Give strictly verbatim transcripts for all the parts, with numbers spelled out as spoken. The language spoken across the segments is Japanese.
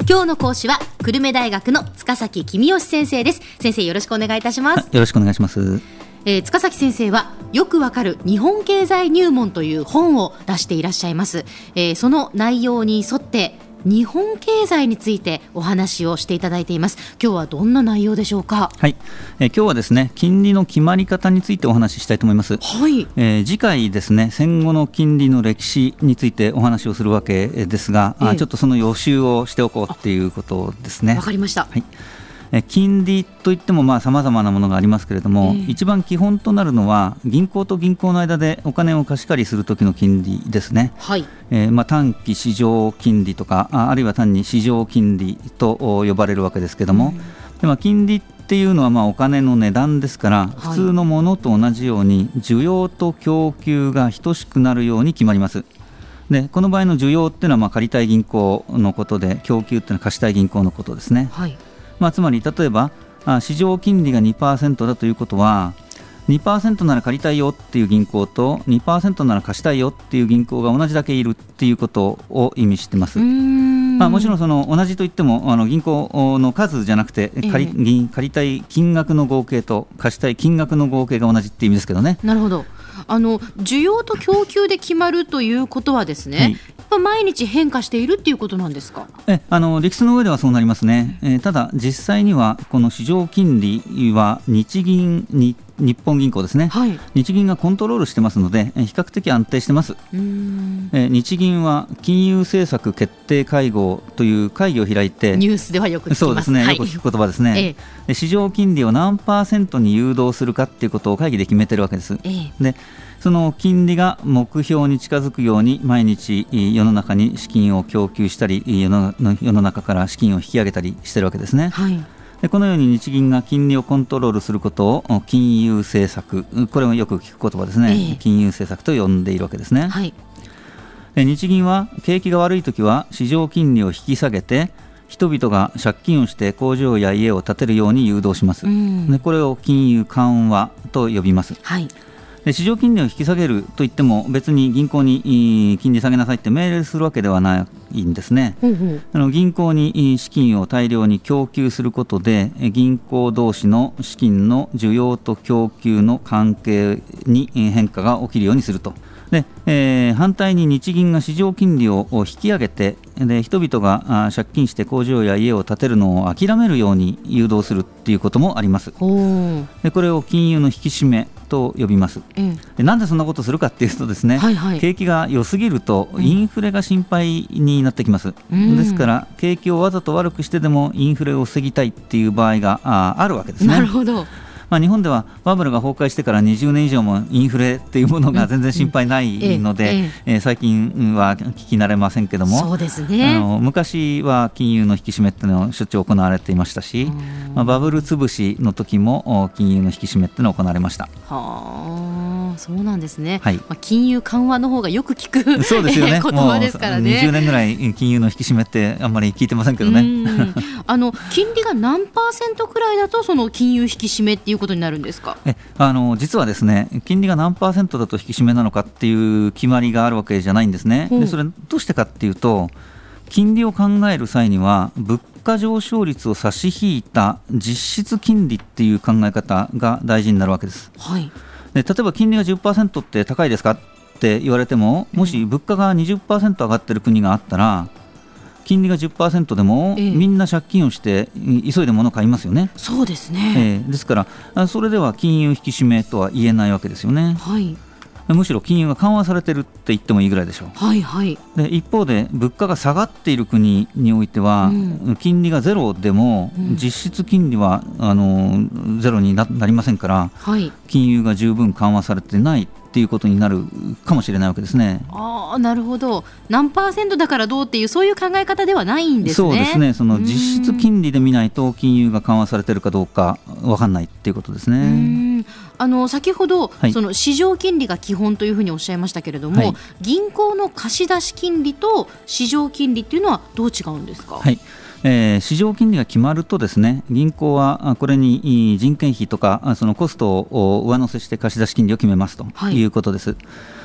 今日の講師は久留米大学の塚崎公義先生です。先生、よろしくお願いいたします。 よろしくお願いします。 えー、塚崎先生はよくわかる日本経済入門という本を出していらっしゃいます。えー、その内容に沿って日本経済についてお話をしていただいています。今日はどんな内容でしょうか。 はい、えー、今日はですね、金利の決まり方についてお話ししたいと思います。 はい。 えー、次回ですね、戦後の金利の歴史についてお話をするわけですが、えー、あちょっとその予習をしておこうっていうことですね。 わかりました。 はい。金利といってもさまざまなものがありますけれども、えー、一番基本となるのは銀行と銀行の間でお金を貸し借りするときの金利ですね。 はい。 えーまあ、短期市場金利とか あ, あるいは単に市場金利と呼ばれるわけですけれども、うん、でまあ、金利っていうのはまあお金の値段ですから、はい、普通のものと同じように需要と供給が等しくなるように決まります。でこの場合の需要っていうのはまあ借りたい銀行のことで、供給っていうのは貸したい銀行のことですね。はい。まあ、つまり例えば市場金利が にパーセント だということは にパーセント なら借りたいよっていう銀行と にパーセント なら貸したいよっていう銀行が同じだけいるっていうことを意味しています。まあ、もちろんその同じといってもあの銀行の数じゃなくて 借り、えー、借りたい金額の合計と貸したい金額の合計が同じっていう意味ですけどね。 なるほど。あの需要と供給で決まるということはですね、はい、やっぱ毎日変化しているっていうことなんですか。 えあの理屈の上ではそうなりますね。えー、ただ実際にはこの市場金利は日銀に日本銀行ですね、はい、日銀がコントロールしてますので比較的安定してます。うーんえ日銀は金融政策決定会合という会議を開いて、 ニュースではよく聞きます。 そうですね、はい、よく聞く言葉ですね。ええ、で市場金利を何パーセントに誘導するかということを会議で決めてるわけです。ええ、でその金利が目標に近づくように毎日世の中に資金を供給したり、世の、世の中から資金を引き上げたりしてるわけですね。はい。でこのように日銀が金利をコントロールすることを金融政策、これもよく聞く言葉ですね。ええ、金融政策と呼んでいるわけですね。はい。で日銀は景気が悪いときは市場金利を引き下げて人々が借金をして工場や家を建てるように誘導します。でこれを金融緩和と呼びます。はい。で市場金利を引き下げるといっても別に銀行に金利下げなさいって命令するわけではないんですね。うんうん、あの銀行に資金を大量に供給することで銀行同士の資金の需要と供給の関係に変化が起きるようにすると。でえー、反対に日銀が市場金利を引き上げてで人々が借金して工場や家を建てるのを諦めるように誘導するっていうこともあります。でこれを金融の引き締めと呼びます。うん、でなんでそんなことするかっていうとですね、はいはい、景気が良すぎるとインフレが心配になってきます。うん、ですから景気をわざと悪くしてでもインフレを防ぎたいっていう場合が あ, あるわけですね。 なるほど。 まあ、日本ではバブルが崩壊してからにじゅうねん以上もインフレというものが全然心配ないので、うんうんえええー、最近は聞き慣れませんけども、 そうですね、 あの昔は金融の引き締めっていうのはしょっちゅう行われていましたし、まあ、バブル潰しの時も金融の引き締めっていうのは行われました。 はあ、そうなんですね。はい、まあ、金融緩和の方がよく聞くそうですよね、 言葉ですからね。 にじゅうねんぐらい金融の引き締めってあんまり聞いてませんけどね。 うんあの金利が何パーセントくらいだとその金融引き締めっていうことになるんですか。 えあの実はですね、金利が何パーセントだと引き締めなのかっていう決まりがあるわけじゃないんですね。でそれどうしてかっていうと、金利を考える際には物価上昇率を差し引いた実質金利っていう考え方が大事になるわけです。はい、で例えば金利が じゅっパーセント って高いですかって言われても、もし物価が にじゅっパーセント 上がってる国があったら金利が じゅっパーセント でも、ええ、みんな借金をして急いで物を買いますよね。 そうですね、 ええ、ですからそれでは金融引き締めとは言えないわけですよね。はい、むしろ金融が緩和されてるって言ってもいいぐらいでしょう。はいはい、で一方で物価が下がっている国においては、うん、金利がゼロでも、うん、実質金利はあのゼロに な, なりませんから、はい、金融が十分緩和されてないっていうことになるかもしれないわけですね。 ああ、なるほど。何パーセントだからどうっていうそういう考え方ではないんですね。 そうですね、その実質金利で見ないと金融が緩和されているかどうか分かんないっていうことですね。うーんあの先ほど、はい、その市場金利が基本というふうにおっしゃいましたけれども、はい、銀行の貸し出し金利と市場金利っていうのはどう違うんですか。 はい、えー、市場金利が決まるとですね、銀行はこれに人件費とかそのコストを上乗せして貸し出し金利を決めますということです。はい、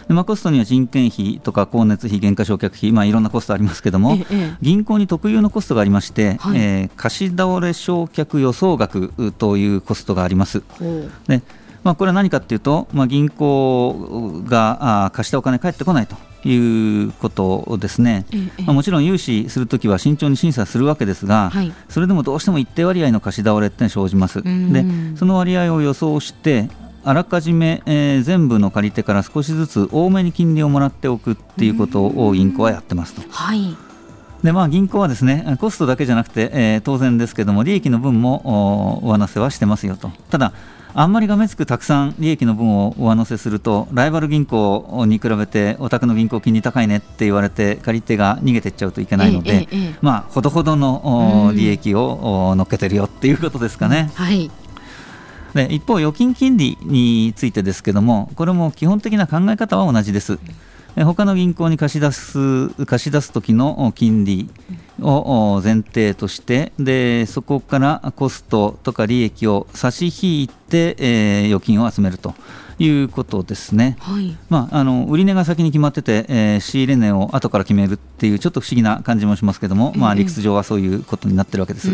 で、まあ、コストには人件費とか光熱費、減価償却費、まあ、いろんなコストありますけども、ええ、銀行に特有のコストがありまして、はい、えー、貸し倒れ償却予想額というコストがあります。で、まあ、これは何かというと、まあ、銀行が貸したお金返ってこないということですね。ええ、まあ、もちろん融資するときは慎重に審査するわけですが、はい、それでもどうしても一定割合の貸し倒れって生じます。で、その割合を予想してあらかじめ、えー、全部の借り手から少しずつ多めに金利をもらっておくっていうことを銀行はやってますと。はい。で、まあ、銀行はですね、コストだけじゃなくて、えー、当然ですけども利益の分も上乗せはしてますよと。ただあんまりがめつくたくさん利益の分を上乗せするとライバル銀行に比べてお宅の銀行金利高いねって言われて借り手が逃げていっちゃうといけないので、えええ、まあ、ほどほどの利益を乗っけてるよっていうことですかね。はい。で、一方預金金利についてですけども、これも基本的な考え方は同じです。他の銀行に貸し出す貸し出す時の金利を前提として、でそこからコストとか利益を差し引いて、えー、預金を集めるということですね。はい。まあ、あの売値が先に決まってて、えー、仕入れ値を後から決めるっていうちょっと不思議な感じもしますけども、まあ、理屈上はそういうことになってるわけです。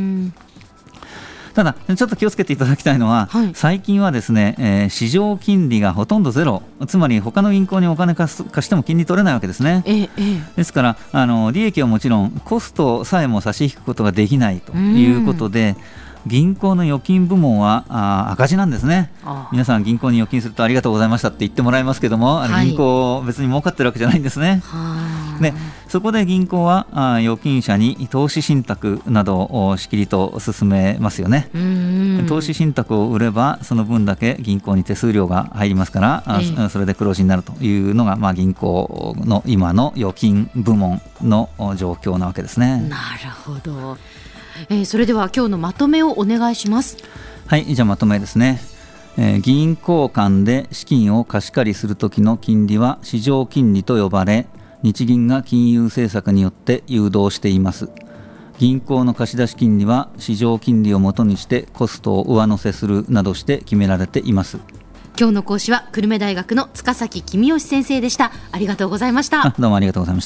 ただちょっと気をつけていただきたいのは、はい、最近はですね、えー、市場金利がほとんどゼロ、つまり他の銀行にお金貸す貸しても金利取れないわけですね。ええ、ですからあの利益はもちろんコストさえも差し引くことができないということで、銀行の預金部門はあ赤字なんですね。皆さん銀行に預金するとありがとうございましたって言ってもらいますけども、あれ銀行別に儲かってるわけじゃないんですね。で、そこで銀行はあ預金者に投資信託などをしきりと進めますよね。投資信託を売ればその分だけ銀行に手数料が入りますから、えー、それで黒字になるというのが、まあ、銀行の今の預金部門の状況なわけですね。 なるほど。えー、それでは今日のまとめをお願いします。 はい、じゃあまとめですね。えー、銀行間で資金を貸し借りするときの金利は市場金利と呼ばれ、日銀が金融政策によって誘導しています。銀行の貸し出し金利は市場金利をもとにしてコストを上乗せするなどして決められています。 今日の講師は久留米大学の塚崎公義先生でした。ありがとうございました。 あ、どうもありがとうございました。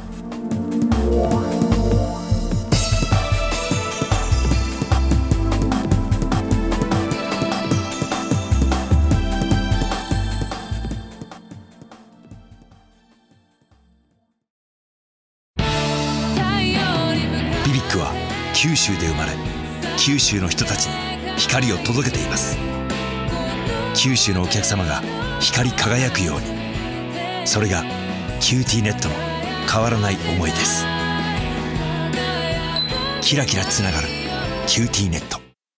ビビックは九州で生まれ、九州の人たちに光を届けています。九州のお客様が光り輝くように、それがキューティーネットの変わらない思いです。キラキラつながるキューティーネット。